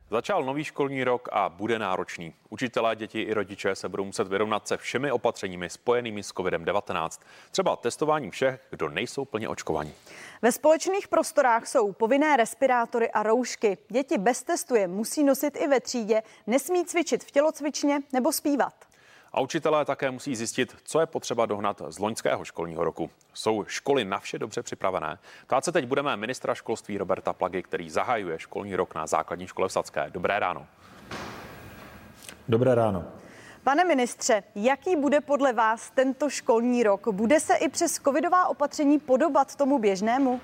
Začal nový školní rok a bude náročný. Učitelé, děti i rodiče se budou muset vyrovnat se všemi opatřeními spojenými s COVID-19. Třeba testováním všech, kdo nejsou plně očkovaní. Ve společných prostorách jsou povinné respirátory a roušky. Děti bez testu je musí nosit i ve třídě, nesmí cvičit v tělocvičně nebo zpívat. A učitelé také musí zjistit, co je potřeba dohnat z loňského školního roku. Jsou školy na vše dobře připravené? Ptát se teď budeme ministra školství Roberta Plagy, který zahajuje školní rok na základní škole v Sadské. Dobré ráno. Dobré ráno. Pane ministře, jaký bude podle vás tento školní rok? Bude se i přes covidová opatření podobat tomu běžnému?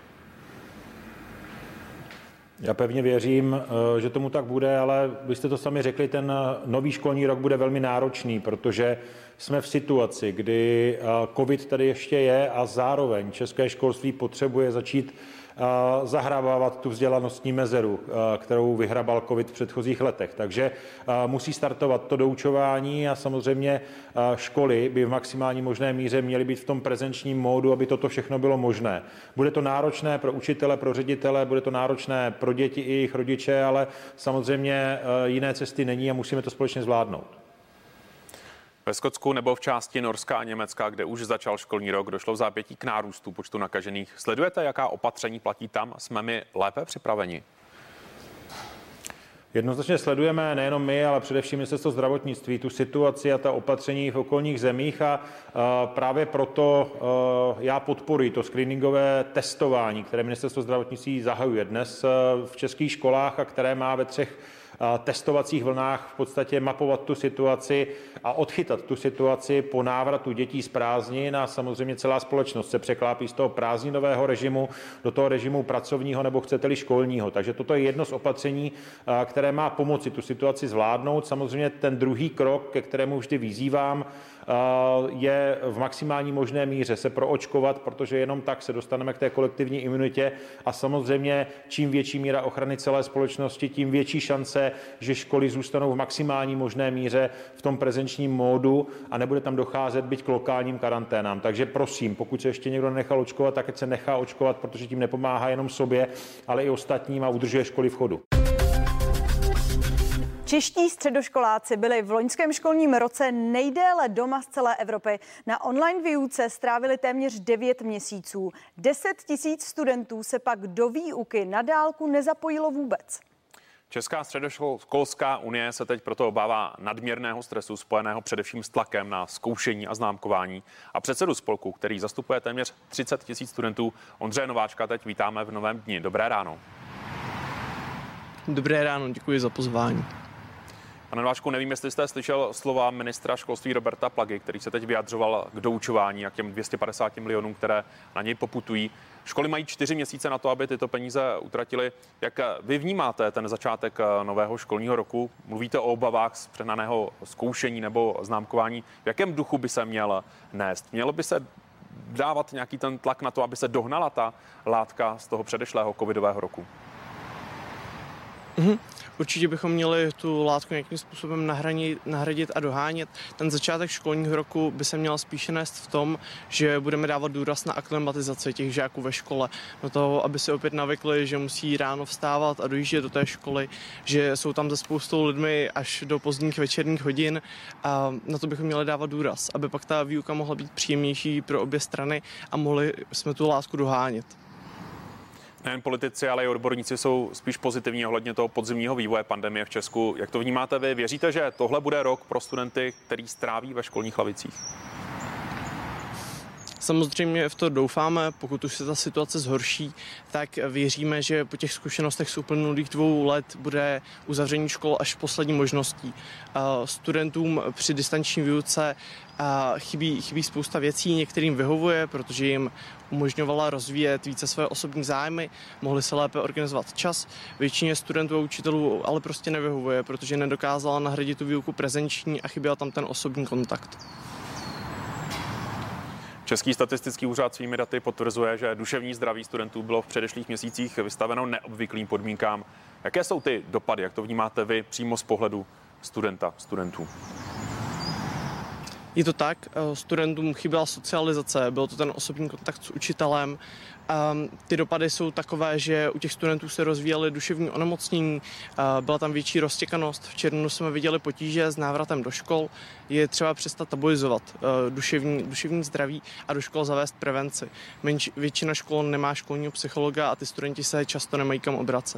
Já pevně věřím, že tomu tak bude, ale vy jste to sami řekli, ten nový školní rok bude velmi náročný, protože jsme v situaci, kdy covid tady ještě je a zároveň české školství potřebuje začít zahrabávat tu vzdělanostní mezeru, kterou vyhrabal covid v předchozích letech. Takže musí startovat to doučování a samozřejmě školy by v maximální možné míře měly být v tom prezenčním módu, aby toto všechno bylo možné. Bude to náročné pro učitele, pro ředitele, bude to náročné pro děti i jejich rodiče, ale samozřejmě jiné cesty není a musíme to společně zvládnout. Ve Skotsku nebo v části Norska a Německa, kde už začal školní rok, došlo v zápětí k nárůstu počtu nakažených. Sledujete, jaká opatření platí tam? Jsme my lépe připraveni? Jednoznačně sledujeme nejenom my, ale především Ministerstvo zdravotnictví, tu situaci a ta opatření v okolních zemích a právě proto já podporuji to screeningové testování, které Ministerstvo zdravotnictví zahajuje dnes v českých školách a které má ve 3 testovacích vlnách v podstatě mapovat tu situaci a odchytat tu situaci po návratu dětí z prázdnin a samozřejmě celá společnost se překlápí z toho prázdninového režimu do toho režimu pracovního nebo chcete-li školního. Takže toto je jedno z opatření, které má pomoci tu situaci zvládnout. Samozřejmě ten druhý krok, ke kterému vždy vyzývám, je v maximální možné míře se proočkovat, protože jenom tak se dostaneme k té kolektivní imunitě a samozřejmě čím větší míra ochrany celé společnosti, tím větší šance, že školy zůstanou v maximální možné míře v tom prezenčním módu a nebude tam docházet byť k lokálním karanténám. Takže prosím, pokud se ještě někdo nenechal očkovat, tak ať se nechá očkovat, protože tím nepomáhá jenom sobě, ale i ostatním a udržuje školy v chodu. Čeští středoškoláci byli v loňském školním roce nejdéle doma z celé Evropy. Na online výuce strávili téměř 9 měsíců. 10 000 studentů se pak do výuky na dálku nezapojilo vůbec. Česká středoškolská unie se teď proto obává nadměrného stresu spojeného především s tlakem na zkoušení a známkování. A předsedu spolku, který zastupuje téměř 30 000 studentů, Ondřeje Nováčka, teď vítáme v novém dni. Dobré ráno. Dobré ráno, děkuji za pozvání. Pane Nováčku, nevím, jestli jste slyšel slova ministra školství Roberta Plagy, který se teď vyjadřoval k doučování a k těm 250 milionům, které na něj poputují. Školy mají 4 měsíce na to, aby tyto peníze utratili. Jak vy vnímáte ten začátek nového školního roku? Mluvíte o obavách z přehnaného zkoušení nebo známkování. V jakém duchu by se měl nést? Mělo by se dávat nějaký ten tlak na to, aby se dohnala ta látka z toho předešlého covidového roku? Určitě bychom měli tu látku nějakým způsobem nahradit a dohánět. Ten začátek školního roku by se měl spíše nést v tom, že budeme dávat důraz na aklimatizaci těch žáků ve škole. Do toho, aby si opět navykli, že musí ráno vstávat a dojíždět do té školy, že jsou tam se spoustou lidmi až do pozdních večerních hodin a na to bychom měli dávat důraz, aby pak ta výuka mohla být příjemnější pro obě strany a mohli jsme tu látku dohánět. Nejen politici, ale i odborníci jsou spíš pozitivní ohledně toho podzimního vývoje pandemie v Česku. Jak to vnímáte vy? Věříte, že tohle bude rok pro studenty, který stráví ve školních lavicích? Samozřejmě v to doufáme, pokud už se ta situace zhorší, tak věříme, že po těch zkušenostech z uplynulých 2 let bude uzavření škol až poslední možností. Studentům při distanční výuce chybí spousta věcí, některým vyhovuje, protože jim umožňovala rozvíjet více své osobní zájmy, mohli se lépe organizovat čas. Většině studentů a učitelů ale prostě nevyhovuje, protože nedokázala nahradit tu výuku prezenční a chyběl tam ten osobní kontakt. Český statistický úřad svými daty potvrzuje, že duševní zdraví studentů bylo v předešlých měsících vystaveno neobvyklým podmínkám. Jaké jsou ty dopady, jak to vnímáte vy přímo z pohledu studentů? Je to tak, studentům chyběla socializace, byl to ten osobní kontakt s učitelem, Ty dopady jsou takové, že u těch studentů se rozvíjely duševní onemocnění, byla tam větší roztěkanost. V červnu jsme viděli potíže s návratem do škol. Je třeba přestat tabuizovat duševní zdraví a do škol zavést prevenci. Většina škol nemá školního psychologa a ty studenti se často nemají kam obracet.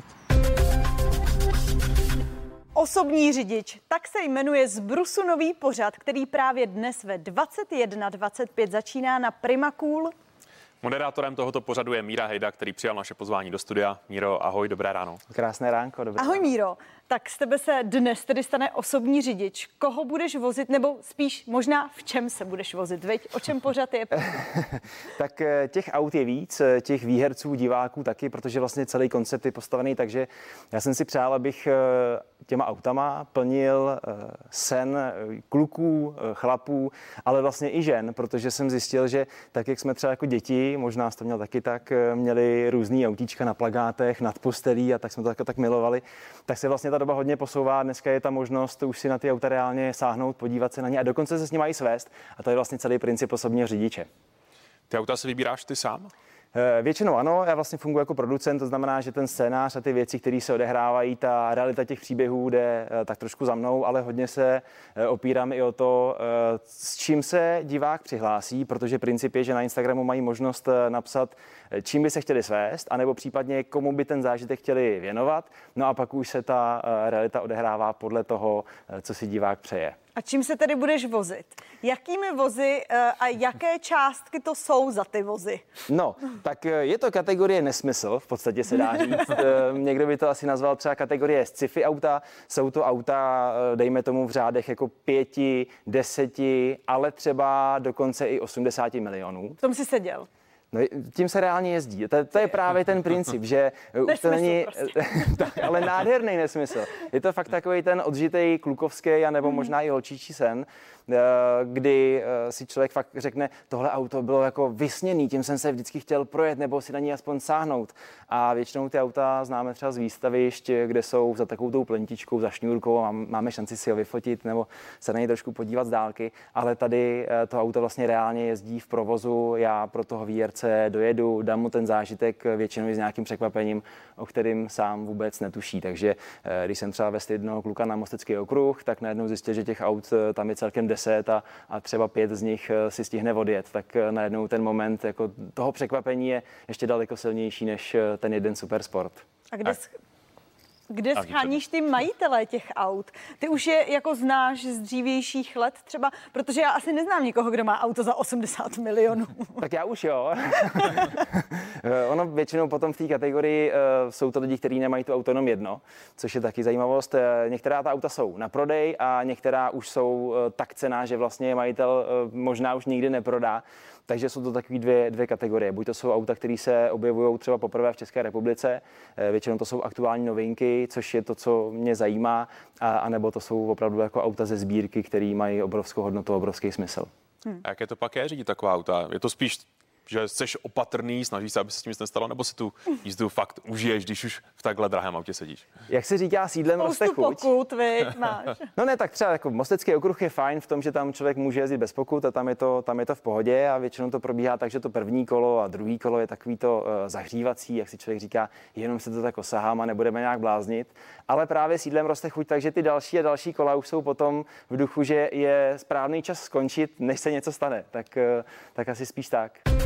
Osobní řidič, tak se jmenuje z Brusu nový pořad, který právě dnes ve 21:25 začíná na Prima Cool. Moderátorem tohoto pořadu je Míra Hejda, který přijal naše pozvání do studia. Míro, ahoj, dobré ráno. Krásné ránko, dobré Ahoj ráno. Míro, tak z tebe se dnes tedy stane osobní řidič. Koho budeš vozit, nebo spíš možná v čem se budeš vozit, veď? O čem pořad je? Tak těch aut je víc, těch výherců, diváků taky, protože vlastně celý koncept je postavený, takže já jsem si přál, abych těma autama plnil sen kluků, chlapů, ale vlastně i žen, protože jsem zjistil, že tak, jak jsme třeba jako děti, možná jsi to měl taky tak, měli různý autíčka na plakátech, nad postelí a tak jsme to tak milovali, tak se vlastně ta doba hodně posouvá. Dneska je ta možnost už si na ty auta reálně sáhnout, podívat se na ně a dokonce se s nimi i svést. A to je vlastně celý princip osobního řidiče. Ty auta si vybíráš ty sám? Většinou ano, já vlastně funguji jako producent, to znamená, že ten scénář a ty věci, které se odehrávají, ta realita těch příběhů jde tak trošku za mnou, ale hodně se opírám i o to, s čím se divák přihlásí, protože princip je, že na Instagramu mají možnost napsat, čím by se chtěli svést, anebo případně komu by ten zážitek chtěli věnovat, no a pak už se ta realita odehrává podle toho, co si divák přeje. A čím se tedy budeš vozit? Jakými vozy a jaké částky to jsou za ty vozy? No, tak je to kategorie nesmysl, v podstatě se dá říct. Někdo by to asi nazval třeba kategorie sci-fi auta. Jsou to auta, dejme tomu v řádech jako 5, 10, ale třeba dokonce i 80 milionů. V tom si seděl. No, tím se reálně jezdí. To je právě ten princip, že už to není, prostě. tak, ale nádherný nesmysl. Je to fakt takový ten odžitej klukovský, anebo možná i holčičí sen, kdy si člověk fakt řekne, tohle auto bylo jako vysněný, tím jsem se vždycky chtěl projet, nebo si na ní aspoň sáhnout. A většinou ty auta známe třeba z výstavišť, kde jsou za takovou tou plentičkou, za šňůrkou a máme šanci si ho vyfotit nebo se na něj trošku podívat z dálky. Ale tady to auto vlastně reálně jezdí v provozu, já pro toho výjerce dojedu, dám mu ten zážitek většinou s nějakým překvapením, o kterým sám vůbec netuší. Takže když jsem třeba vezl jednoho kluka na Mostecký okruh, tak najednou zjistil, že těch aut tam je celkem 10 a třeba 5 z nich si stihne odjet, tak najednou ten moment jako toho překvapení je ještě daleko silnější než ten jeden supersport. A kde scháníš ty majitele těch aut? Ty už je jako znáš z dřívějších let třeba, protože já asi neznám nikoho, kdo má auto za 80 milionů. Tak já už jo. Ono většinou potom v té kategorii jsou to lidi, kteří nemají tu auto jenom jedno, což je taky zajímavost. Některá ta auta jsou na prodej a některá už jsou tak cenná, že vlastně majitel možná už nikdy neprodá. Takže jsou to takové dvě kategorie. Buď to jsou auta, které se objevují třeba poprvé v České republice, většinou to jsou aktuální novinky, což je to, co mě zajímá, anebo to jsou opravdu jako auta ze sbírky, které mají obrovskou hodnotu, obrovský smysl. A jaké to pak je řídit taková auta? Je to spíš, že jsi opatrný, snažíš se, aby se s tím nic nestalo, nebo si tu jízdu fakt užiješ, když už v takhle drahém autě sedíš? Jak se říká, sídlem roste chuť. Pokut, máš. No ne, tak třeba jako Mostecký okruh je fajn v tom, že tam člověk může jezdit bez pokut a tam je to v pohodě a většinou to probíhá tak, že to první kolo a druhý kolo je takový to zahřívací, jak si člověk říká, jenom se to tak osahám a nebudeme nějak bláznit. Ale právě sídlem roste chuť, takže ty další a další kola už jsou potom v duchu, že je správný čas skončit, než se něco stane. Tak asi spíš tak.